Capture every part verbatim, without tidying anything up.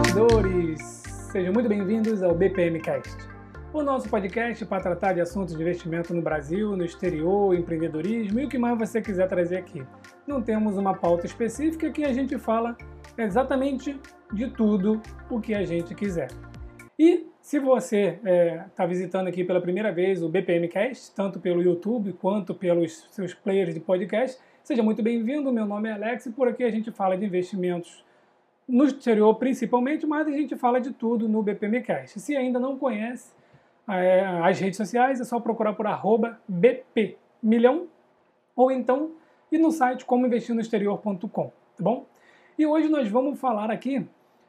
investidores! Sejam muito bem-vindos ao B P M Cast, o nosso podcast para tratar de assuntos de investimento no Brasil, no exterior, empreendedorismo e o que mais você quiser trazer aqui. Não temos uma pauta específica, que a gente fala exatamente de tudo o que a gente quiser. E se você está é, visitando aqui pela primeira vez o B P M Cast, tanto pelo YouTube quanto pelos seus players de podcast, seja muito bem-vindo. Meu nome é Alex e por aqui a gente fala de investimentos no exterior principalmente, mas a gente fala de tudo no B P M Cast. Se ainda não conhece é, as redes sociais, é só procurar por arroba B P milhão ou então ir no site como investir no exterior ponto com, tá bom? E hoje nós vamos falar aqui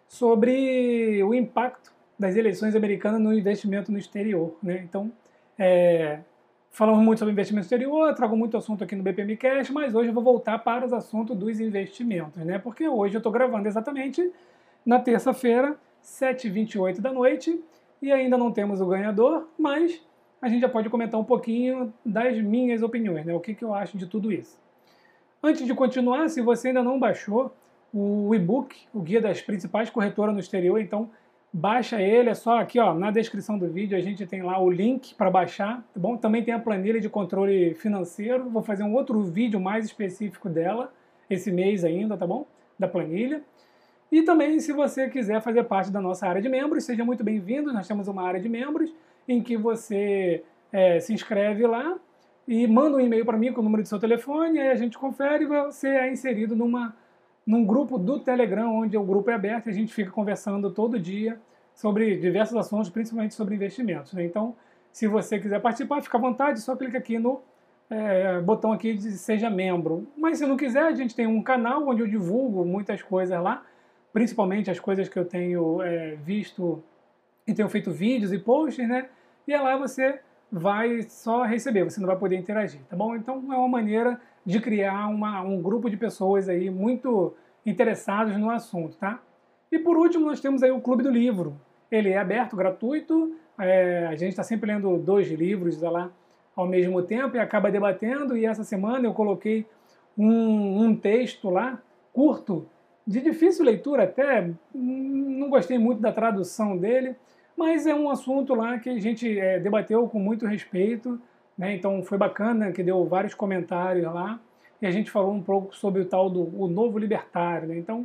sobre o impacto das eleições americanas no investimento no exterior, né? Então, é, falamos muito sobre investimento no exterior, trago muito assunto aqui no B P M Cast, mas hoje eu vou voltar para os assuntos dos investimentos, né? Porque hoje eu estou gravando exatamente na terça-feira, sete e vinte e oito da noite, e ainda não temos o ganhador, mas a gente já pode comentar um pouquinho das minhas opiniões, né? O que, que eu acho de tudo isso. Antes de continuar, se você ainda não baixou o e-book, o Guia das Principais Corretoras no Exterior, então baixa ele, é só aqui ó, na descrição do vídeo a gente tem lá o link para baixar, tá bom? Também tem a planilha de controle financeiro, vou fazer um outro vídeo mais específico dela, esse mês ainda, tá bom? Da planilha. E também, se você quiser fazer parte da nossa área de membros, seja muito bem-vindo, nós temos uma área de membros em que você é, se inscreve lá e manda um e-mail para mim com o número do seu telefone, aí a gente confere e você é inserido numa num grupo do Telegram, onde o grupo é aberto e a gente fica conversando todo dia sobre diversos assuntos, principalmente sobre investimentos, né? Então, se você quiser participar, fica à vontade, só clica aqui no é, botão aqui de Seja Membro. Mas se não quiser, a gente tem um canal onde eu divulgo muitas coisas lá, principalmente as coisas que eu tenho é, visto e tenho feito vídeos e posts, né? E é lá você vai só receber, você não vai poder interagir, tá bom? Então, é uma maneira de criar uma, um grupo de pessoas aí muito interessados no assunto, tá? E por último, nós temos aí o Clube do Livro. Ele é aberto, gratuito, é, a gente está sempre lendo dois livros lá ao mesmo tempo e acaba debatendo, e essa semana eu coloquei um, um texto lá, curto, de difícil leitura até, não gostei muito da tradução dele, mas é um assunto lá que a gente é, debateu com muito respeito, né? Então foi bacana, que deu vários comentários lá, e a gente falou um pouco sobre o tal do o novo libertário, né? Então,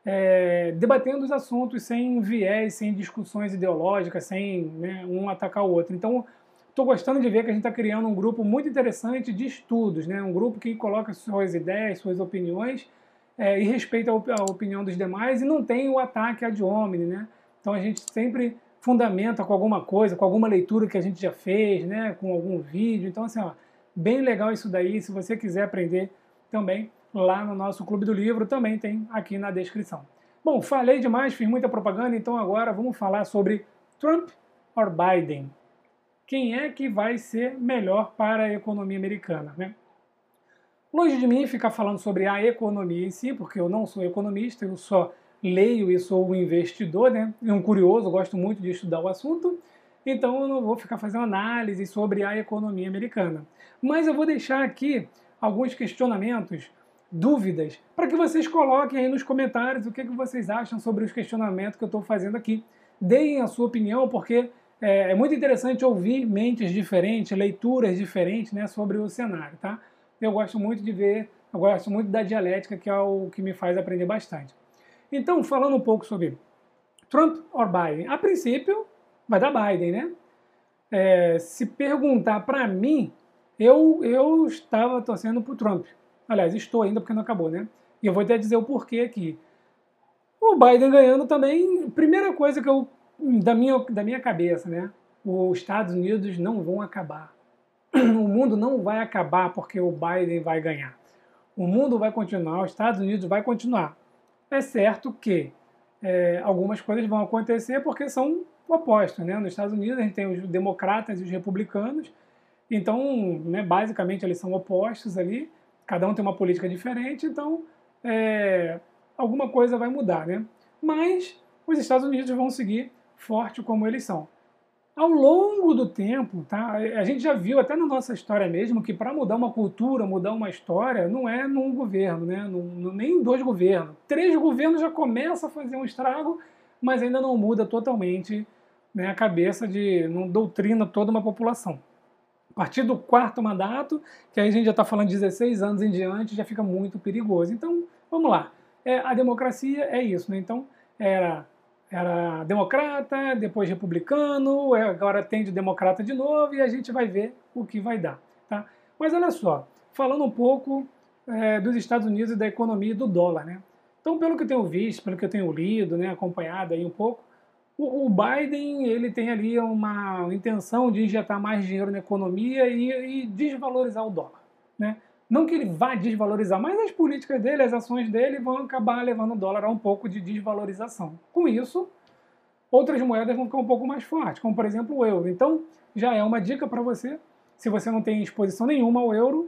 é, debatendo os assuntos sem viés, sem discussões ideológicas, sem né, um atacar o outro. Então, estou gostando de ver que a gente está criando um grupo muito interessante de estudos, né? Um grupo que coloca suas ideias, suas opiniões, é, e respeita a, op a opinião dos demais, e não tem o ataque ad hominem, né? Então, a gente sempre fundamenta com alguma coisa, com alguma leitura que a gente já fez, né, com algum vídeo. Então, assim, ó, bem legal isso daí. Se você quiser aprender também, lá no nosso Clube do Livro, também tem aqui na descrição. Bom, falei demais, fiz muita propaganda, então agora vamos falar sobre Trump ou Biden. Quem é que vai ser melhor para a economia americana, né? Longe de mim ficar falando sobre a economia em si, porque eu não sou economista, eu só leio e sou um investidor, né? E um curioso, gosto muito de estudar o assunto, então eu não vou ficar fazendo análise sobre a economia americana. Mas eu vou deixar aqui alguns questionamentos, dúvidas, para que vocês coloquem aí nos comentários o que, que vocês acham sobre os questionamentos que eu estou fazendo aqui. Deem a sua opinião, porque é, é muito interessante ouvir mentes diferentes, leituras diferentes, né, sobre o cenário, tá? Eu gosto muito de ver, eu gosto muito da dialética, que é o que me faz aprender bastante. Então, falando um pouco sobre Trump ou Biden, a princípio vai dar Biden, né? É, se perguntar para mim, eu, eu estava torcendo para o Trump. Aliás, estou ainda porque não acabou, né? E eu vou até dizer o porquê aqui. O Biden ganhando também, primeira coisa que eu, da minha, da minha cabeça, né? Os Estados Unidos não vão acabar. O mundo não vai acabar porque o Biden vai ganhar. O mundo vai continuar, os Estados Unidos vai continuar. É certo que é, algumas coisas vão acontecer porque são opostos, né? Nos Estados Unidos a gente tem os democratas e os republicanos, então, né, basicamente eles são opostos ali, cada um tem uma política diferente, então é, alguma coisa vai mudar, né? Mas os Estados Unidos vão seguir forte como eles são. Ao longo do tempo, tá, a gente já viu até na nossa história mesmo que para mudar uma cultura, mudar uma história, não é num governo, né? Num, nem em dois governos. Três governos já começam a fazer um estrago mas ainda não muda totalmente, né, a cabeça de, não doutrina toda uma população. A partir do quarto mandato, que aí a gente já está falando de dezesseis anos em diante, já fica muito perigoso. Então, vamos lá. É, a democracia é isso, né? Então, era, era democrata, depois republicano, agora tem de democrata de novo e a gente vai ver o que vai dar, tá? Mas olha só, falando um pouco é, dos Estados Unidos e da economia e do dólar, né? Então, pelo que eu tenho visto, pelo que eu tenho lido, né, acompanhado aí um pouco, o Biden ele tem ali uma intenção de injetar mais dinheiro na economia e, e desvalorizar o dólar, né? Não que ele vá desvalorizar, mas as políticas dele, as ações dele vão acabar levando o dólar a um pouco de desvalorização. Com isso, outras moedas vão ficar um pouco mais fortes, como por exemplo o euro. Então, já é uma dica para você, se você não tem exposição nenhuma ao euro,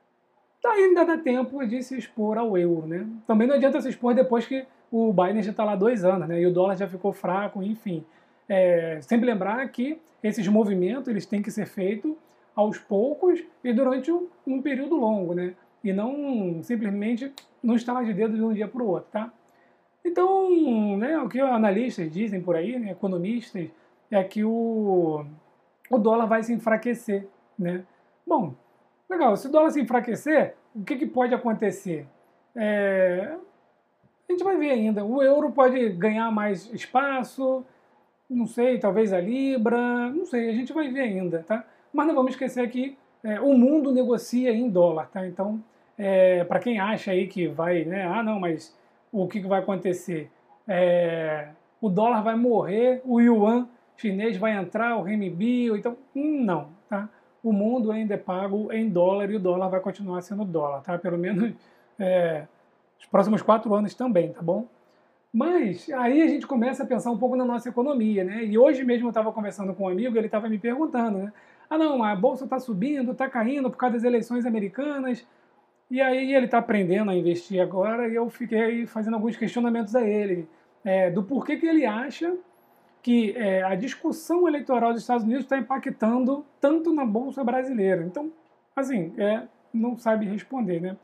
ainda dá tempo de se expor ao euro, né? Também não adianta se expor depois que o Biden já está lá há dois anos, né? E o dólar já ficou fraco, enfim. É, sempre lembrar que esses movimentos eles têm que ser feitos aos poucos e durante um, um período longo, né? E não simplesmente não estalar de dedo de um dia para o outro, tá? Então, né, o que analistas dizem por aí, né, economistas, é que o, o dólar vai se enfraquecer, né? Bom, legal, se o dólar se enfraquecer, o que, que pode acontecer? É, a gente vai ver ainda. O euro pode ganhar mais espaço, não sei, talvez a Libra, não sei, a gente vai ver ainda, tá? Mas não vamos esquecer que é, o mundo negocia em dólar, tá? Então, é, para quem acha aí que vai, né? Ah, não, mas o que, que vai acontecer? É, o dólar vai morrer, o yuan chinês vai entrar, o renminbi, então, hum, não, tá? O mundo ainda é pago em dólar e o dólar vai continuar sendo dólar, tá? Pelo menos é, os próximos quatro anos também, tá bom? Mas aí a gente começa a pensar um pouco na nossa economia, né? E hoje mesmo eu estava conversando com um amigo e ele estava me perguntando, né? Ah, não, a bolsa está subindo, está caindo por causa das eleições americanas. E aí ele está aprendendo a investir agora e eu fiquei fazendo alguns questionamentos a ele é, do porquê que ele acha que é, a discussão eleitoral dos Estados Unidos está impactando tanto na bolsa brasileira. Então, assim, é, não sabe responder, né?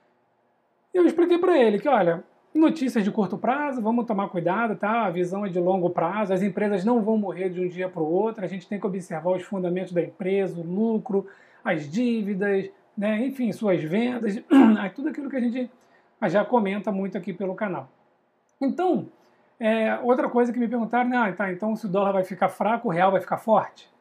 Eu expliquei para ele que, olha, notícias de curto prazo, vamos tomar cuidado, tá? A visão é de longo prazo, as empresas não vão morrer de um dia para o outro, a gente tem que observar os fundamentos da empresa, o lucro, as dívidas, né? Enfim, suas vendas, tudo aquilo que a gente já comenta muito aqui pelo canal. Então, é, outra coisa que me perguntaram, né? Ah, tá, então se o dólar vai ficar fraco, o real vai ficar forte?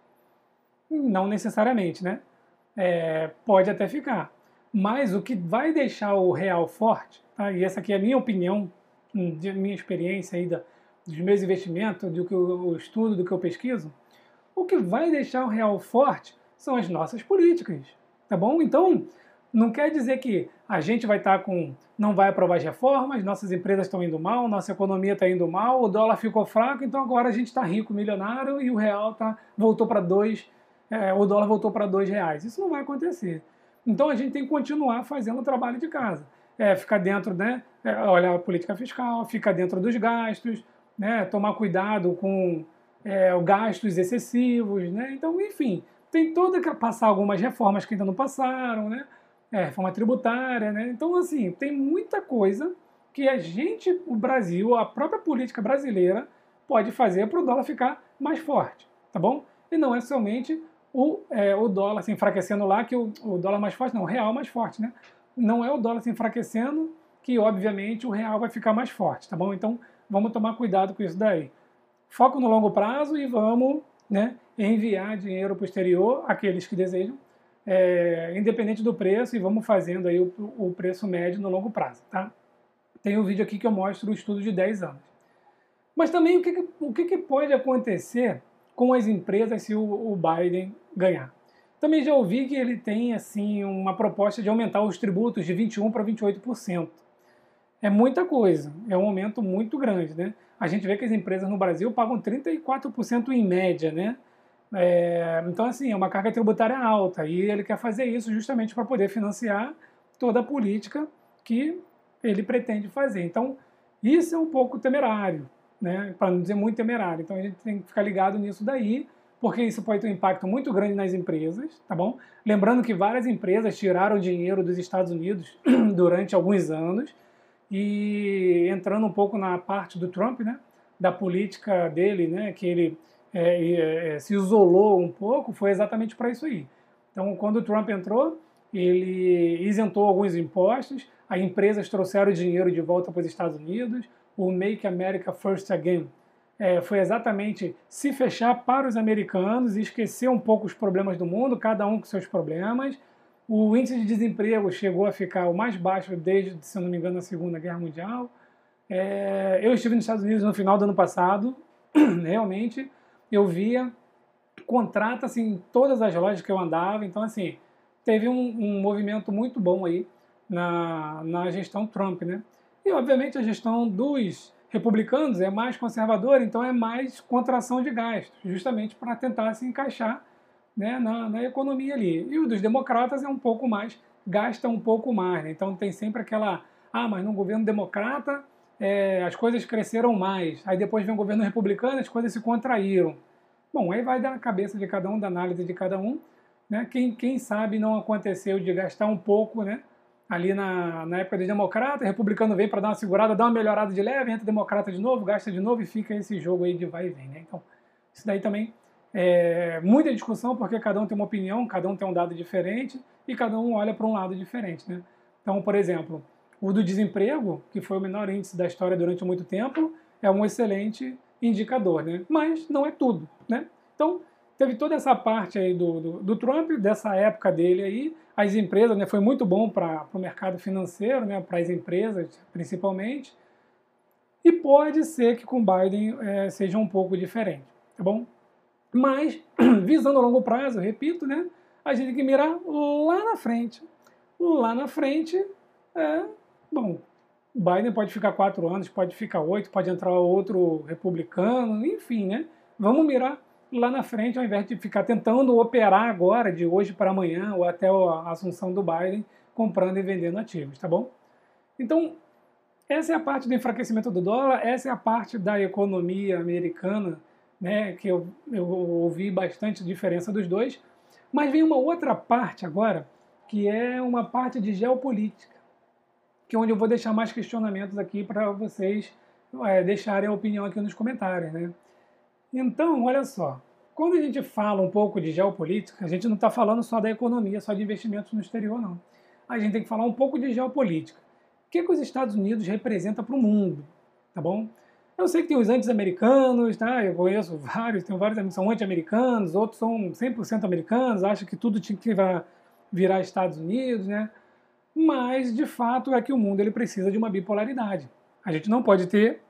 Não necessariamente, né? É, pode até ficar. Mas o que vai deixar o real forte, tá? E essa aqui é a minha opinião, de minha experiência aí da, dos meus investimentos, do que eu estudo, do que eu pesquiso, o que vai deixar o real forte são as nossas políticas, tá bom? Então, não quer dizer que a gente vai estar com, não vai aprovar as reformas, nossas empresas estão indo mal, nossa economia está indo mal, o dólar ficou fraco, então agora a gente está rico, milionário, e o real tá, voltou para dois, é, o dólar voltou para dois reais. Isso não vai acontecer. Então a gente tem que continuar fazendo o trabalho de casa. É, ficar dentro, né? É, olhar a política fiscal, ficar dentro dos gastos, né? Tomar cuidado com é, gastos excessivos, né? Então, enfim, tem toda que passar algumas reformas que ainda não passaram, né? É, reforma tributária, né? Então, assim, tem muita coisa que a gente, o Brasil, a própria política brasileira pode fazer para o dólar ficar mais forte, tá bom? E não é somente o, é, o dólar se enfraquecendo lá, que o, o dólar mais forte, não, o real mais forte, né? Não é o dólar se enfraquecendo que, obviamente, o real vai ficar mais forte, tá bom? Então, vamos tomar cuidado com isso daí. Foco no longo prazo e vamos, né, enviar dinheiro para o exterior, aqueles que desejam, é, independente do preço, e vamos fazendo aí o, o preço médio no longo prazo, tá? Tem um vídeo aqui que eu mostro o estudo de dez anos. Mas também o que, o que pode acontecer com as empresas se o, o Biden ganhar? Também já ouvi que ele tem assim uma proposta de aumentar os tributos de vinte e um por cento para vinte e oito por cento. É muita coisa, é um aumento muito grande, né? A gente vê que as empresas no Brasil pagam trinta e quatro por cento em média, né? É, então, assim, é uma carga tributária alta e ele quer fazer isso justamente para poder financiar toda a política que ele pretende fazer. Então, isso é um pouco temerário, né? Para não dizer muito temerário. Então, a gente tem que ficar ligado nisso daí, porque isso pode ter um impacto muito grande nas empresas, tá bom? Lembrando que várias empresas tiraram dinheiro dos Estados Unidos durante alguns anos e entrando um pouco na parte do Trump, né? da política dele, né, que ele é, é, se isolou um pouco, foi exatamente para isso aí. Então, quando o Trump entrou, ele isentou alguns impostos, as empresas trouxeram o dinheiro de volta para os Estados Unidos, o Make America First Again é, foi exatamente se fechar para os americanos e esquecer um pouco os problemas do mundo, cada um com seus problemas. O índice de desemprego chegou a ficar o mais baixo desde, se não me engano, a Segunda Guerra Mundial. É, eu estive nos Estados Unidos no final do ano passado, realmente, eu via contrato assim, em todas as lojas que eu andava, então assim, teve um, um movimento muito bom aí na, na gestão Trump, né? E obviamente a gestão dos republicanos é mais conservadora, então é mais contração de gastos, justamente para tentar se encaixar, né, na, na economia ali. E o dos democratas é um pouco mais, gasta um pouco mais, né? Então tem sempre aquela, ah, mas no governo democrata é, as coisas cresceram mais, aí depois vem o governo republicano, as coisas se contraíram. Bom, aí vai da cabeça de cada um, da análise de cada um, né? Quem, quem sabe não aconteceu de gastar um pouco, né? Ali na, na época dos democratas, republicano vem para dar uma segurada, dá uma melhorada de leve, entra democrata de novo, gasta de novo e fica esse jogo aí de vai e vem, né? Então, isso daí também é muita discussão, porque cada um tem uma opinião, cada um tem um dado diferente e cada um olha para um lado diferente, né? Então, por exemplo, o do desemprego, que foi o menor índice da história durante muito tempo, é um excelente indicador, né? Mas não é tudo, né? Então, teve toda essa parte aí do, do, do Trump, dessa época dele aí, as empresas, né, foi muito bom para o mercado financeiro, né, para as empresas principalmente, e pode ser que com Biden é, seja um pouco diferente, tá bom? Mas, visando a longo prazo, repito, né, a gente tem que mirar lá na frente. Lá na frente, é, bom, Biden pode ficar quatro anos, pode ficar oito, pode entrar outro republicano, enfim, né? Vamos mirar lá na frente, ao invés de ficar tentando operar agora, de hoje para amanhã, ou até a assunção do Biden, comprando e vendendo ativos, tá bom? Então, essa é a parte do enfraquecimento do dólar, essa é a parte da economia americana, né, que eu, eu ouvi bastante diferença dos dois, mas vem uma outra parte agora, que é uma parte de geopolítica, que é onde eu vou deixar mais questionamentos aqui para vocês é, deixarem a opinião aqui nos comentários, né? Então, olha só, quando a gente fala um pouco de geopolítica, a gente não está falando só da economia, só de investimentos no exterior, não. A gente tem que falar um pouco de geopolítica. O que, que os Estados Unidos representam para o mundo, tá bom? Eu sei que tem os anti-americanos, tá? Eu conheço vários, tem vários que são anti-americanos, outros são cem por cento americanos, acham que tudo tinha que virar, virar Estados Unidos, né? Mas, de fato, é que o mundo ele precisa de uma bipolaridade. A gente não pode ter,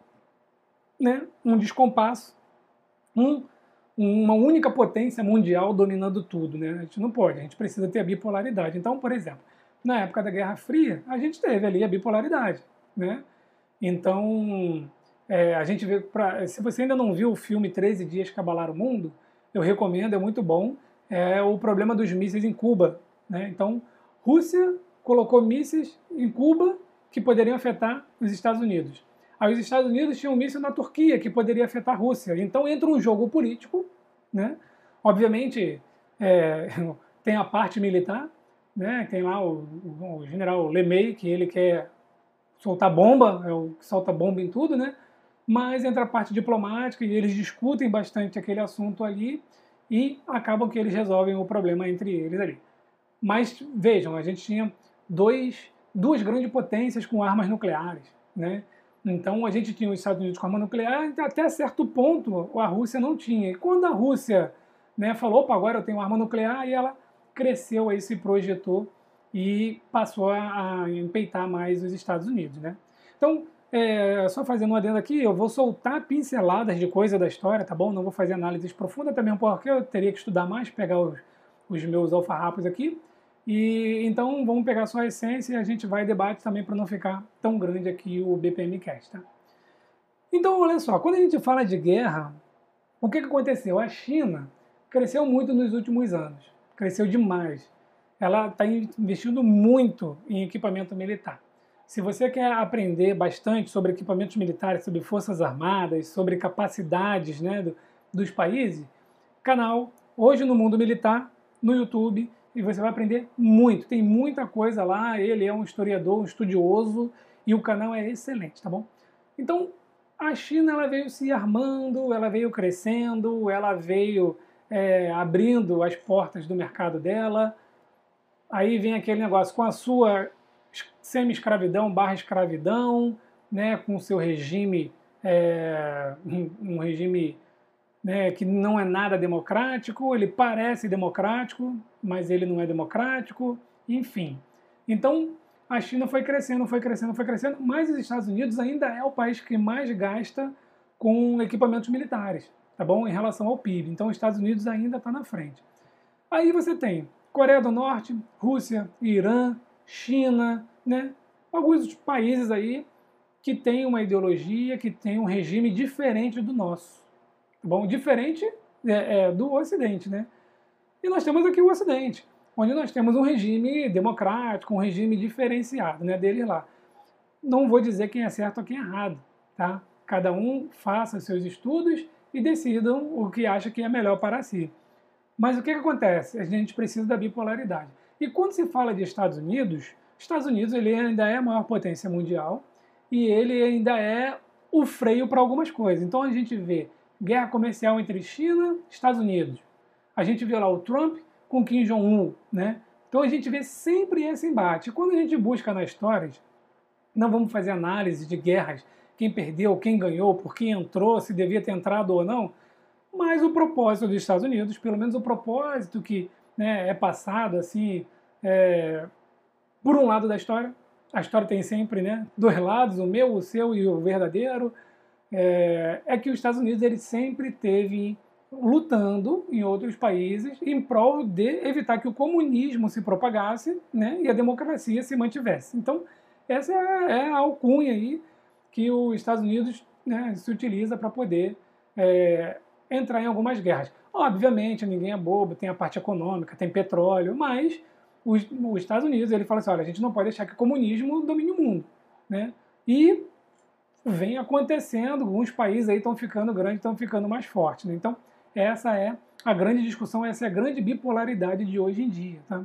né, um descompasso, um, uma única potência mundial dominando tudo, né? A gente não pode, a gente precisa ter a bipolaridade. Então, por exemplo, na época da Guerra Fria, a gente teve ali a bipolaridade, né? Então, é, a gente vê, pra, se você ainda não viu o filme treze Dias que Abalaram o Mundo, eu recomendo, é muito bom, é o problema dos mísseis em Cuba, né? Então, Rússia colocou mísseis em Cuba que poderiam afetar os Estados Unidos. Aí os Estados Unidos tinham um míssil na Turquia que poderia afetar a Rússia. Então entra um jogo político, né? Obviamente é, tem a parte militar, né? Tem lá o, o, o general LeMay, que ele quer soltar bomba, é o que solta bomba em tudo, né? Mas entra a parte diplomática e eles discutem bastante aquele assunto ali e acabam que eles resolvem o problema entre eles ali. Mas vejam, a gente tinha dois, duas grandes potências com armas nucleares, né? Então a gente tinha os Estados Unidos com arma nuclear, até certo ponto a Rússia não tinha. E quando a Rússia, né, falou, opa, agora eu tenho arma nuclear, e ela cresceu aí, se projetou e passou a, a empeitar mais os Estados Unidos, né? Então, é, só fazendo um adendo aqui, eu vou soltar pinceladas de coisa da história, tá bom? Não vou fazer análises profundas, também porque eu teria que estudar mais, pegar os, os meus alfarrapos aqui. E então vamos pegar só a essência e a gente vai debate também para não ficar tão grande aqui o B P M Cast, tá? Então, olha só, quando a gente fala de guerra, o que, que aconteceu? A China cresceu muito nos últimos anos, cresceu demais. Ela está investindo muito em equipamento militar. Se você quer aprender bastante sobre equipamentos militares, sobre forças armadas, sobre capacidades, né, do, dos países, canal Hoje no Mundo Militar, no YouTube, e você vai aprender muito. Tem muita coisa lá, ele é um historiador, um estudioso, e o canal é excelente, tá bom? Então, a China ela veio se armando, ela veio crescendo, ela veio é, abrindo as portas do mercado dela. Aí vem aquele negócio com a sua semi-escravidão barra escravidão, né, com o seu regime, é, um regime, né, que não é nada democrático, ele parece democrático, mas ele não é democrático, enfim. Então, a China foi crescendo, foi crescendo, foi crescendo, mas os Estados Unidos ainda é o país que mais gasta com equipamentos militares, tá bom? Em relação ao P I B. Então, os Estados Unidos ainda está na frente. Aí você tem Coreia do Norte, Rússia, Irã, China, né? Alguns países aí que têm uma ideologia, que têm um regime diferente do nosso. Tá bom? Diferente é, é, do Ocidente, né? E nós temos aqui o Ocidente, onde nós temos um regime democrático, um regime diferenciado, né, deles lá. Não vou dizer quem é certo ou quem é errado, tá? Cada um faça seus estudos e decidam o que acha que é melhor para si. Mas o que, que acontece? A gente precisa da bipolaridade. E quando se fala de Estados Unidos, Estados Unidos ele ainda é a maior potência mundial e ele ainda é o freio para algumas coisas. Então a gente vê guerra comercial entre China e Estados Unidos. A gente vê lá o Trump com Kim Jong-un, né? Então a gente vê sempre esse embate. Quando a gente busca nas histórias, não vamos fazer análise de guerras, quem perdeu, quem ganhou, por quem entrou, se devia ter entrado ou não, mas o propósito dos Estados Unidos, pelo menos o propósito que, né, é passado assim, é, por um lado da história, a história tem sempre, né, dois lados, o meu, o seu e o verdadeiro, é, é que os Estados Unidos ele sempre teve lutando em outros países em prol de evitar que o comunismo se propagasse, né, e a democracia se mantivesse. Então, essa é a alcunha aí que os Estados Unidos, né, se utiliza para poder é, entrar em algumas guerras. Obviamente, ninguém é bobo, tem a parte econômica, tem petróleo, mas os, os Estados Unidos ele fala assim, olha, a gente não pode deixar que o comunismo domine o mundo, né? E vem acontecendo, alguns países aí estão ficando grandes, estão ficando mais fortes, né? Então, essa é a grande discussão, essa é a grande bipolaridade de hoje em dia, tá?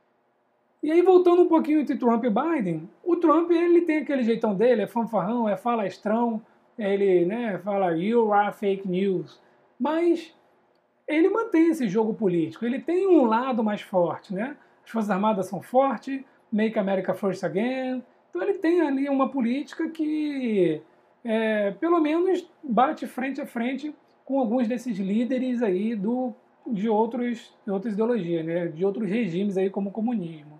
E aí, voltando um pouquinho entre Trump e Biden, o Trump, ele tem aquele jeitão dele, é fanfarrão, é falastrão, ele, né, fala, you are fake news, mas ele mantém esse jogo político, ele tem um lado mais forte, né? As Forças Armadas são fortes, Make America First Again, então ele tem ali uma política que, é, pelo menos, bate frente a frente com alguns desses líderes aí do, de, outros, de outras ideologias, né? De outros regimes aí como o comunismo.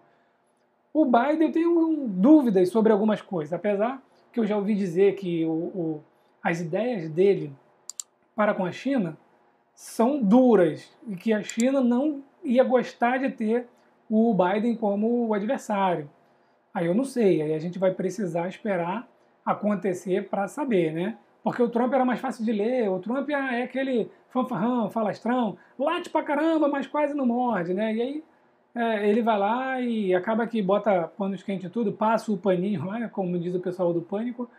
O Biden, eu tenho dúvidas sobre algumas coisas, apesar que eu já ouvi dizer que o, o, as ideias dele para com a China são duras e que a China não ia gostar de ter o Biden como adversário. Aí eu não sei, aí a gente vai precisar esperar acontecer para saber, né? Porque o Trump era mais fácil de ler, o Trump é aquele fanfarrão, falastrão, late pra caramba, mas quase não morde, né? E aí é, ele vai lá e acaba que bota panos quentes e tudo, passa o paninho lá, como diz o pessoal do Pânico,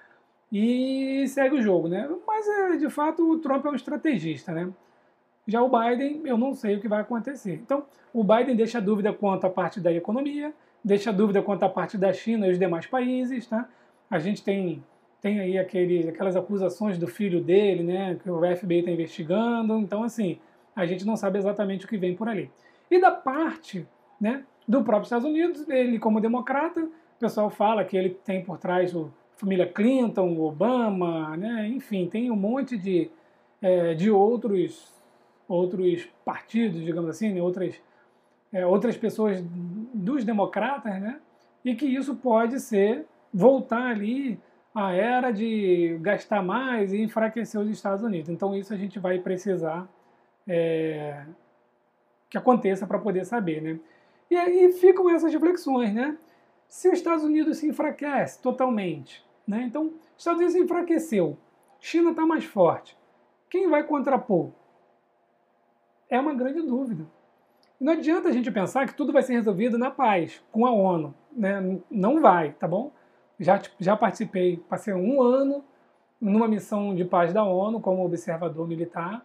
e segue o jogo, né? Mas, é, de fato, o Trump é um estrategista, né? Já o Biden, eu não sei o que vai acontecer. Então, o Biden deixa dúvida quanto à parte da economia, deixa dúvida quanto à parte da China e os demais países, tá? A gente tem, tem aí aquele, aquelas acusações do filho dele, né? Que o F B I está investigando. Então, assim, a gente não sabe exatamente o que vem por ali. E da parte, né, do próprio Estados Unidos, ele como democrata, o pessoal fala que ele tem por trás o família Clinton, Obama, né? Enfim, tem um monte de, é, de outros, outros partidos, digamos assim, né? outras, é, outras pessoas dos democratas, né? E que isso pode ser voltar ali à era de gastar mais e enfraquecer os Estados Unidos. Então isso a gente vai precisar é, que aconteça para poder saber, né? E aí ficam essas reflexões, né? Se os Estados Unidos se enfraquece totalmente, né? Então, os Estados Unidos se enfraqueceu, China está mais forte, quem vai contrapor? É uma grande dúvida. Não adianta a gente pensar que tudo vai ser resolvido na paz, com a ONU, né? Não vai, tá bom? Já, já participei, passei um ano numa missão de paz da ONU como observador militar,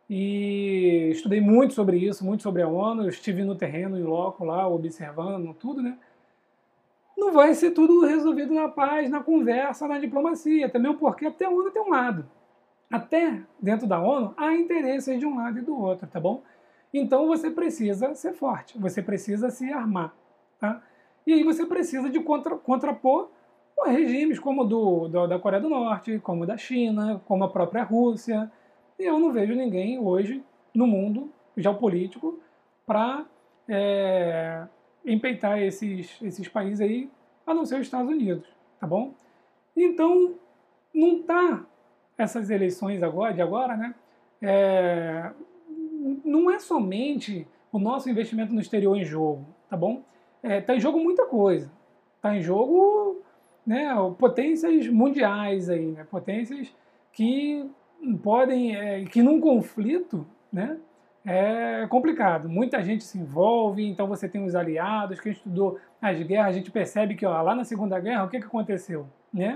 e estudei muito sobre isso, muito sobre a ONU, eu estive no terreno, em loco lá, observando tudo, né? não vai ser tudo resolvido na paz, na conversa, na diplomacia, também porque até a ONU tem um lado. Até dentro da ONU há interesses de um lado e do outro, tá bom? Então você precisa ser forte, você precisa se armar, tá? E aí você precisa de contra, contrapor regimes como o do, do, da Coreia do Norte, como o da China, como a própria Rússia. E eu não vejo ninguém hoje no mundo geopolítico para é, empeitar esses, esses países aí, a não ser os Estados Unidos, tá bom? Então, não está essas eleições agora, de agora, né? É, não é somente o nosso investimento no exterior em jogo, tá bom? Está é, em jogo muita coisa. Está em jogo, né, potências mundiais aí, né? Potências que podem, é, que num conflito, né, é complicado. Muita gente se envolve, então você tem os aliados. Quem estudou as guerras, a gente percebe que ó, lá na Segunda Guerra, o que, que aconteceu? Né?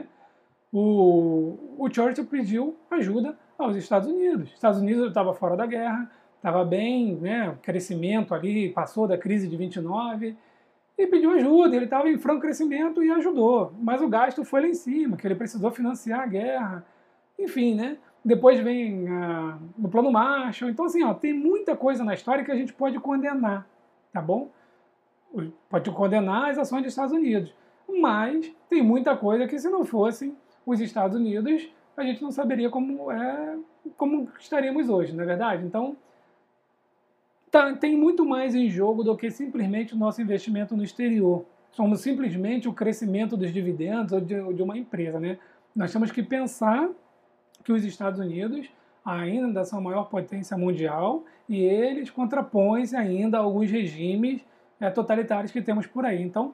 O, o Churchill pediu ajuda aos Estados Unidos. Os Estados Unidos estava fora da guerra, estava bem, né, crescimento ali, passou da crise de vinte e nove, e pediu ajuda. Ele estava em franco crescimento e ajudou, mas o gasto foi lá em cima, que ele precisou financiar a guerra. Enfim, né? Depois vem ah, o Plano Marshall. Então, assim, ó, tem muita coisa na história que a gente pode condenar, tá bom? Pode condenar as ações dos Estados Unidos. Mas tem muita coisa que, se não fossem os Estados Unidos, a gente não saberia como, é, como estaríamos hoje, não é verdade? Então, tá, tem muito mais em jogo do que simplesmente o nosso investimento no exterior. Somos simplesmente o crescimento dos dividendos de, de uma empresa, né? Nós temos que pensar que os Estados Unidos ainda são a maior potência mundial e eles contrapõem-se ainda a alguns regimes é, totalitários que temos por aí. Então,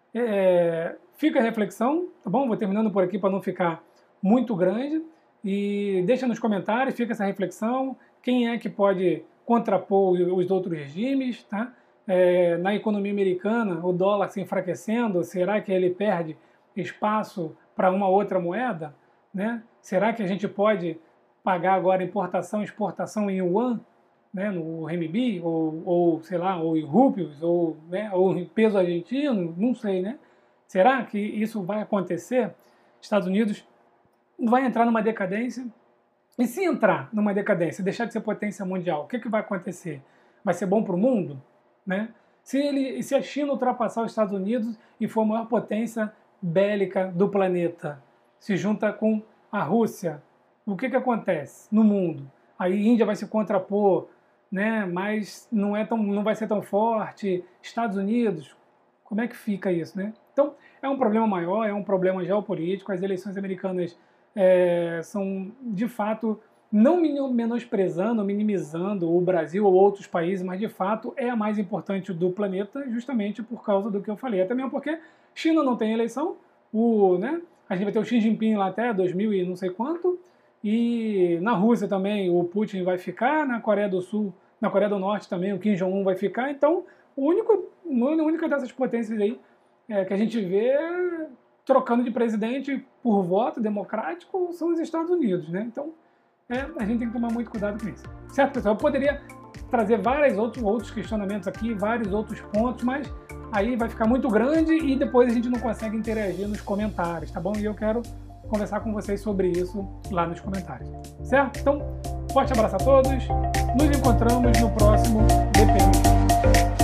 é, fica a reflexão, tá bom? Vou terminando por aqui para não ficar muito grande. E deixa nos comentários, fica essa reflexão, quem é que pode contrapor os outros regimes, tá? É, na economia americana, o dólar se enfraquecendo, será que ele perde espaço para uma outra moeda? Né? Será que a gente pode pagar agora importação e exportação em yuan, né, no renminbi, ou, ou sei lá, ou em rúpios, ou, né, ou em peso argentino? Não sei, né? Será que isso vai acontecer? Estados Unidos vai entrar numa decadência? E se entrar numa decadência, deixar de ser potência mundial, o que, que vai acontecer? Vai ser bom para o mundo? Né? Se, ele, se a China ultrapassar os Estados Unidos e for a maior potência bélica do planeta, se junta com a Rússia, o que, que acontece no mundo? Aí a Índia vai se contrapor, né? Mas não, é tão, não vai ser tão forte. Estados Unidos, como é que fica isso? Né? Então, é um problema maior, é um problema geopolítico. As eleições americanas é, são, de fato, não menosprezando, minimizando o Brasil ou outros países, mas, de fato, é a mais importante do planeta, justamente por causa do que eu falei. Até mesmo porque China não tem eleição, o, né? A gente vai ter o Xi Jinping lá até dois mil e não sei quanto. E na Rússia também o Putin vai ficar. Na Coreia do Sul, na Coreia do Norte também o Kim Jong-un vai ficar. Então, o único, a única dessas potências aí é, que a gente vê trocando de presidente por voto democrático são os Estados Unidos, né? Então, é, a gente tem que tomar muito cuidado com isso. Certo, pessoal? Eu poderia trazer vários outros, outros questionamentos aqui, vários outros pontos, mas aí vai ficar muito grande e depois a gente não consegue interagir nos comentários, tá bom? E eu quero conversar com vocês sobre isso lá nos comentários, certo? Então, forte abraço a todos, nos encontramos no próximo B P M.